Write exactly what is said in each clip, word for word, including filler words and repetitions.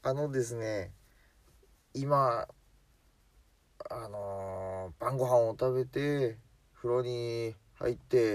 あのですね、今、あのー晩ご飯を食べて、風呂に入って、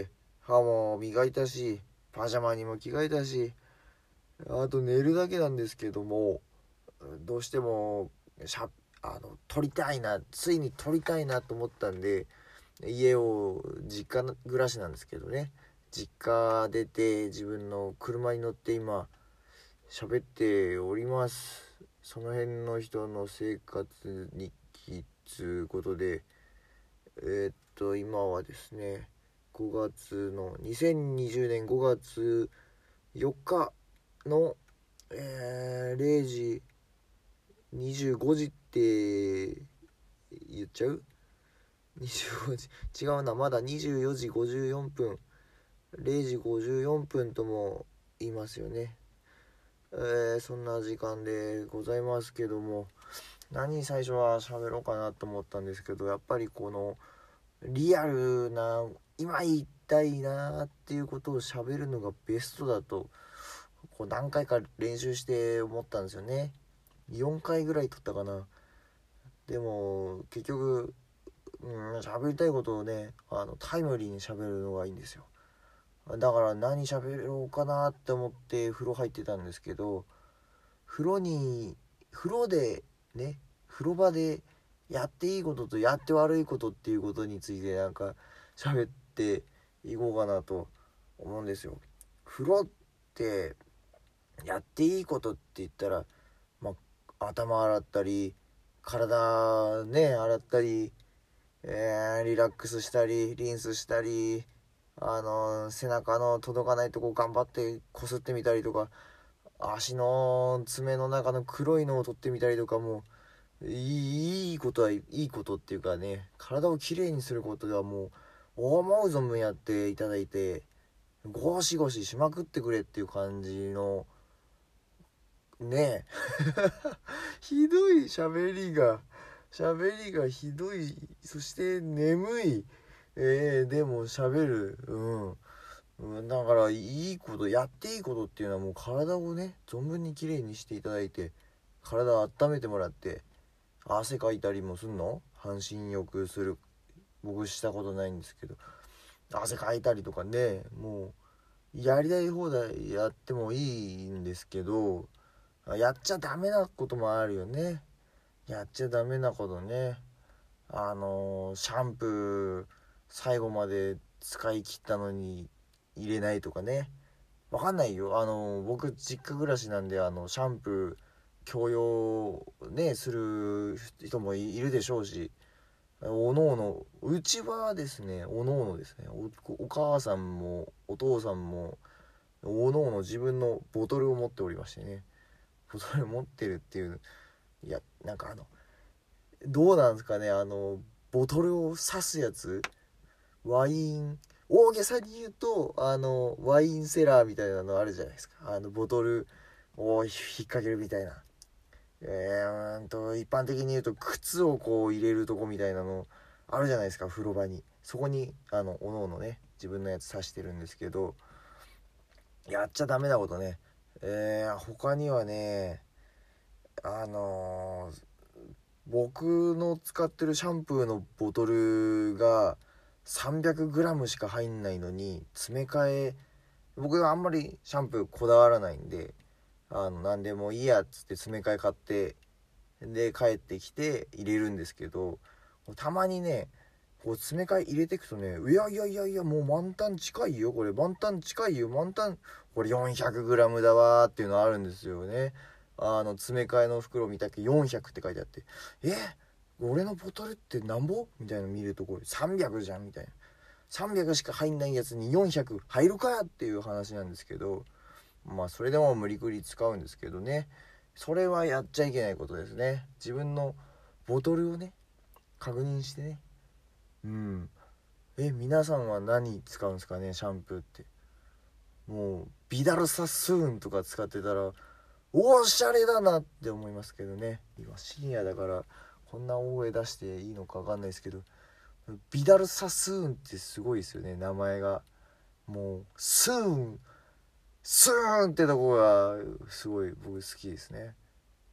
歯も磨いたし、パジャマにも着替えたし、あと寝るだけなんですけども、どうしても、しゃ、あの、撮りたいな、ついに撮りたいなと思ったんで、家を、実家暮らしなんですけどね、実家出て、自分の車に乗って今、喋っております。その辺の人の生活日記つうことで、えーっと今はですね、ごがつのにせんにじゅうねんごがつよっかの、えー、れいじにじゅうごじって言っちゃう？ にじゅうご 時違うな、まだにじゅうよじごじゅうよんぷん、れいじごじゅうよんぷんとも言いますよね。えー、そんな時間でございますけども、何最初は喋ろうかなと思ったんですけど、やっぱりこのリアルな今言いたいなっていうことを喋るのがベストだと、こう何回か練習して思ったんですよね。よんかいぐらい撮ったかな。でも結局、うん、喋りたいことをね、あのタイムリーに喋るのがいいんですよ。だから何喋ろうかなって思って風呂入ってたんですけど、風呂に風呂でね、風呂場でやっていいこととやって悪いことっていうことについてなんか喋っていこうかなと思うんですよ。風呂ってやっていいことって言ったら、まあ、頭洗ったり体ね洗ったり、えーリラックスしたりリンスしたり、あの背中の届かないとこ頑張ってこすってみたりとか、足の爪の中の黒いのを取ってみたりとか、もういいいいことはいいことっていうかね、体をきれいにすることではもう思う存分やっていただいて、ゴシゴシしまくってくれっていう感じのね。ひどい喋りが喋りがひどい、そして眠い。えー、でも喋る。うんうん、だからいいことやっていいことっていうのはもう体をね存分にきれいにしていただいて、体を温めてもらって、汗かいたりもすんの？半身浴する、僕したことないんですけど、汗かいたりとかね、もうやりたい放題やってもいいんですけど、やっちゃダメなこともあるよね。やっちゃダメなことね、あのーシャンプー最後まで使い切ったのに入れないとかね。わかんないよ。あの僕実家暮らしなんで、あのシャンプー共用ねする人もいるでしょうし、おのおの、うちはですね、おのおのですね、お、お母さんもお父さんもおのおの自分のボトルを持っておりましてね、ボトル持ってるっていう、いやなんかあのどうなんですかね、あのボトルを刺すやつ、ワイン、大げさに言うとあのワインセラーみたいなのあるじゃないですか。あのボトルを引っ掛けるみたいな、えー、うんと一般的に言うと靴をこう入れるとこみたいなのあるじゃないですか、風呂場に。そこにあのおのおのね自分のやつ刺してるんですけど、やっちゃダメなことね、えー、他にはね、あのー僕の使ってるシャンプーのボトルが さんびゃくグラム しか入んないのに詰め替え、僕はあんまりシャンプーこだわらないんで、あの何でもいいやっつって詰め替え買って、で帰ってきて入れるんですけど、たまにねこう詰め替え入れてくとね、いやいやいやいやもう満タン近いよ、これ満タン近いよ、満タンこれ よんひゃくグラム だわーっていうのあるんですよね。あの詰め替えの袋見たけよんひゃくって書いてあって、え俺のボトルってなんぼみたいなの見ると、これさんびゃくじゃんみたいな、さんびゃくしか入んないやつによんひゃく入るかっていう話なんですけど、まあそれでも無理くり使うんですけどね、それはやっちゃいけないことですね。自分のボトルをね確認してね。うん。え皆さんは何使うんですかね、シャンプーって。もうビダルサスーンとか使ってたらおしゃれだなって思いますけどね。今深夜だからこんな大声出していいのか分かんないですけど、ビダルサスーンってすごいですよね、名前が。もうスーンスーンってとこがすごい僕好きですね。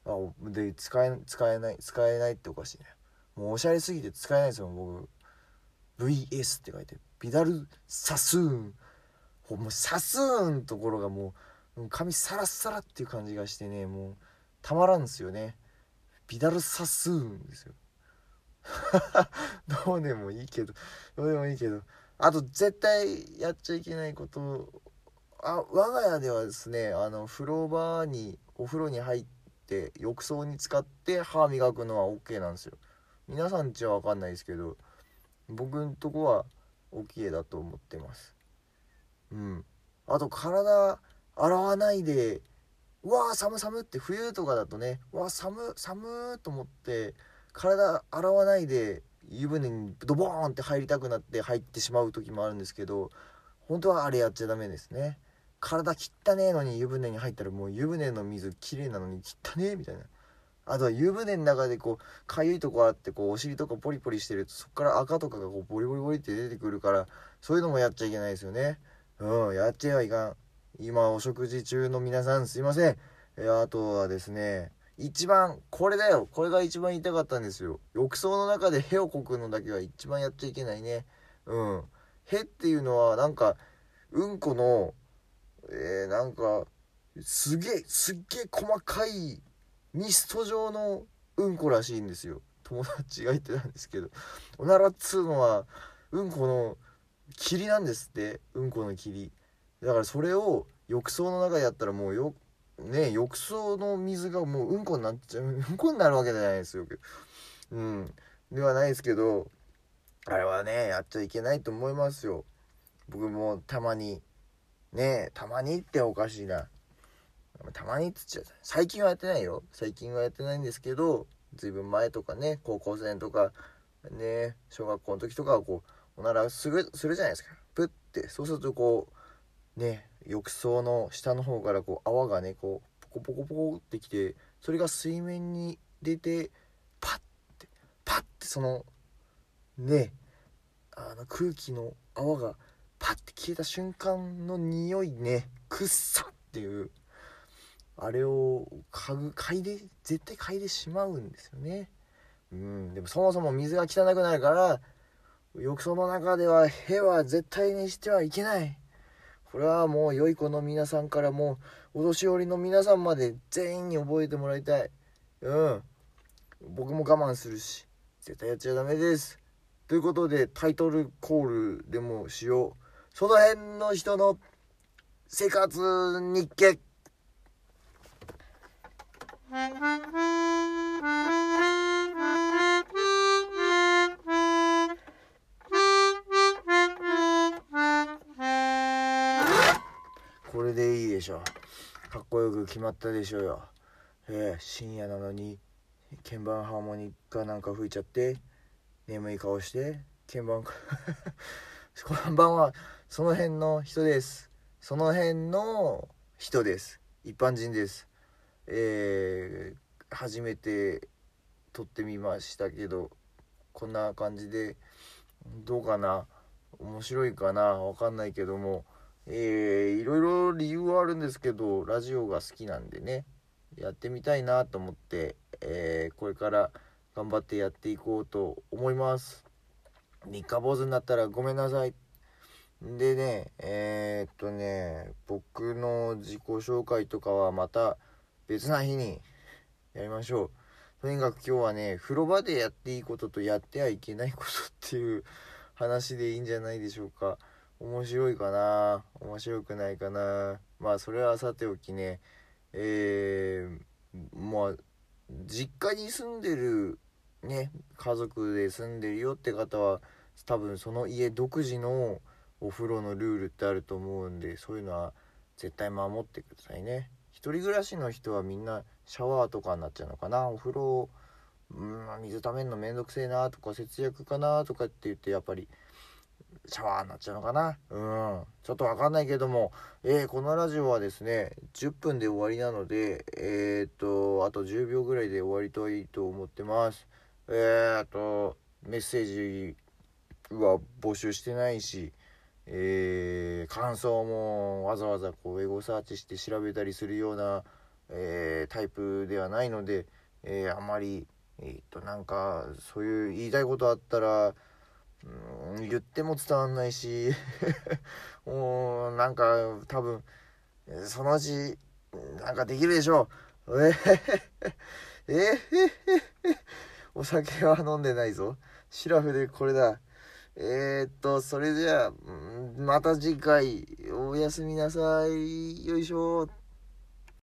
あで使え使えない使えないっておかしいね。もうおしゃれすぎて使えないですよ僕。 ブイエス って書いてビダルサスーン。もうサスーンのところがもう髪サラッサラっていう感じがしてね、もうたまらんですよね。ビダルサスーンですよ。どうでもいいけどどうでもいいけどあと絶対やっちゃいけないこと、あ我が家ではですね、あの風呂場にお風呂に入って浴槽に使って歯磨くのは OK なんですよ。皆さんちは分かんないですけど僕んとこは OK だと思ってます。うん。あと体洗わないでうわー寒寒って冬とかだとね、うわー寒寒と思って体洗わないで湯船にドボーンって入りたくなって入ってしまう時もあるんですけど、本当はあれやっちゃダメですね。体汚ねえのに湯船に入ったらもう湯船の水きれいなのに汚ねえみたいな。あとは湯船の中でこうかゆいとこあってこうお尻とかポリポリしてるとそこから赤とかがこうボリボリボリって出てくるから、そういうのもやっちゃいけないですよね。うんやっちゃはいかん。今お食事中の皆さんすいません。えあとはですね、一番これだよ、これが一番言いたかったんですよ。浴槽の中でへをこくのだけは一番やっちゃいけないね。うんへっていうのはなんかうんこのえー、なんかすげえすっげえ細かいミスト状のうんこらしいんですよ。友達が言ってたんですけど、おならっつうのはうんこの霧なんですって。うんこの霧だから、それを浴槽の中でやったらもうよね、浴槽の水がもううんこになっちゃううんこになるわけじゃないですよ。うんではないですけど、あれはねやっちゃいけないと思いますよ。僕もたまにね、たまにっておかしいな。たまにっつっちゃう。最近はやってないよ。最近はやってないんですけど、ずいぶん前とかね、高校生とか、ね、小学校の時とかはこう、おならする、するじゃないですか。プッて。そうするとこう、ね、浴槽の下の方からこう、泡がね、こう、ポコポコポコってきて、それが水面に出て、パッて、パッてその、ね、あの空気の泡がパッて消えた瞬間の匂いね、くっさっていう、あれを嗅ぐ嗅いで絶対嗅いでしまうんですよね。うんでもそもそも水が汚くなるから浴槽の中ではへは絶対にしてはいけない。これはもう良い子の皆さんからもうお年寄りの皆さんまで全員に覚えてもらいたい。うん僕も我慢するし絶対やっちゃダメです。ということでタイトルコールでもしよう。その辺の人の生活日記。これでいいでしょ。かっこよく決まったでしょうよ。えー、深夜なのに鍵盤ハーモニカなんか吹いちゃって眠い顔して鍵盤こんばんは。その辺の人です。その辺の人です。一般人です。えー、初めて撮ってみましたけどこんな感じでどうかな、面白いかな、わかんないけども、えー、いろいろ理由はあるんですけどラジオが好きなんでねやってみたいなと思って、えー、これから頑張ってやっていこうと思います。三日坊主になったらごめんなさい。でねえー、っとね僕の自己紹介とかはまた別な日にやりましょう。とにかく今日はね風呂場でやっていいこととやってはいけないことっていう話でいいんじゃないでしょうか。面白いかな面白くないかな。まあそれはさておきね、えー、まあ実家に住んでるね家族で住んでるよって方は多分その家独自のお風呂のルールってあると思うんで、そういうのは絶対守ってくださいね。一人暮らしの人はみんなシャワーとかになっちゃうのかな。お風呂うん水ためんのめんどくせえなとか節約かなとかって言ってやっぱりシャワーになっちゃうのかな。うんちょっとわかんないけども、えー、このラジオはですねじゅっぷんで終わりなのでえー、っとあとじゅうびょうぐらいで終わりたいと思ってます。えー、っとメッセージは募集してないし、えー、感想もわざわざこうエゴサーチして調べたりするような、 えー、タイプではないので、えー、あまり、えー、っとなんかそういう言いたいことあったら、うん、言っても伝わんないしもうなんか多分そのうちなんかできるでしょう。えー、えー、お酒は飲んでないぞ。シラフでこれだ。えー、っとそれじゃあまた次回おやすみなさい。よいしょ。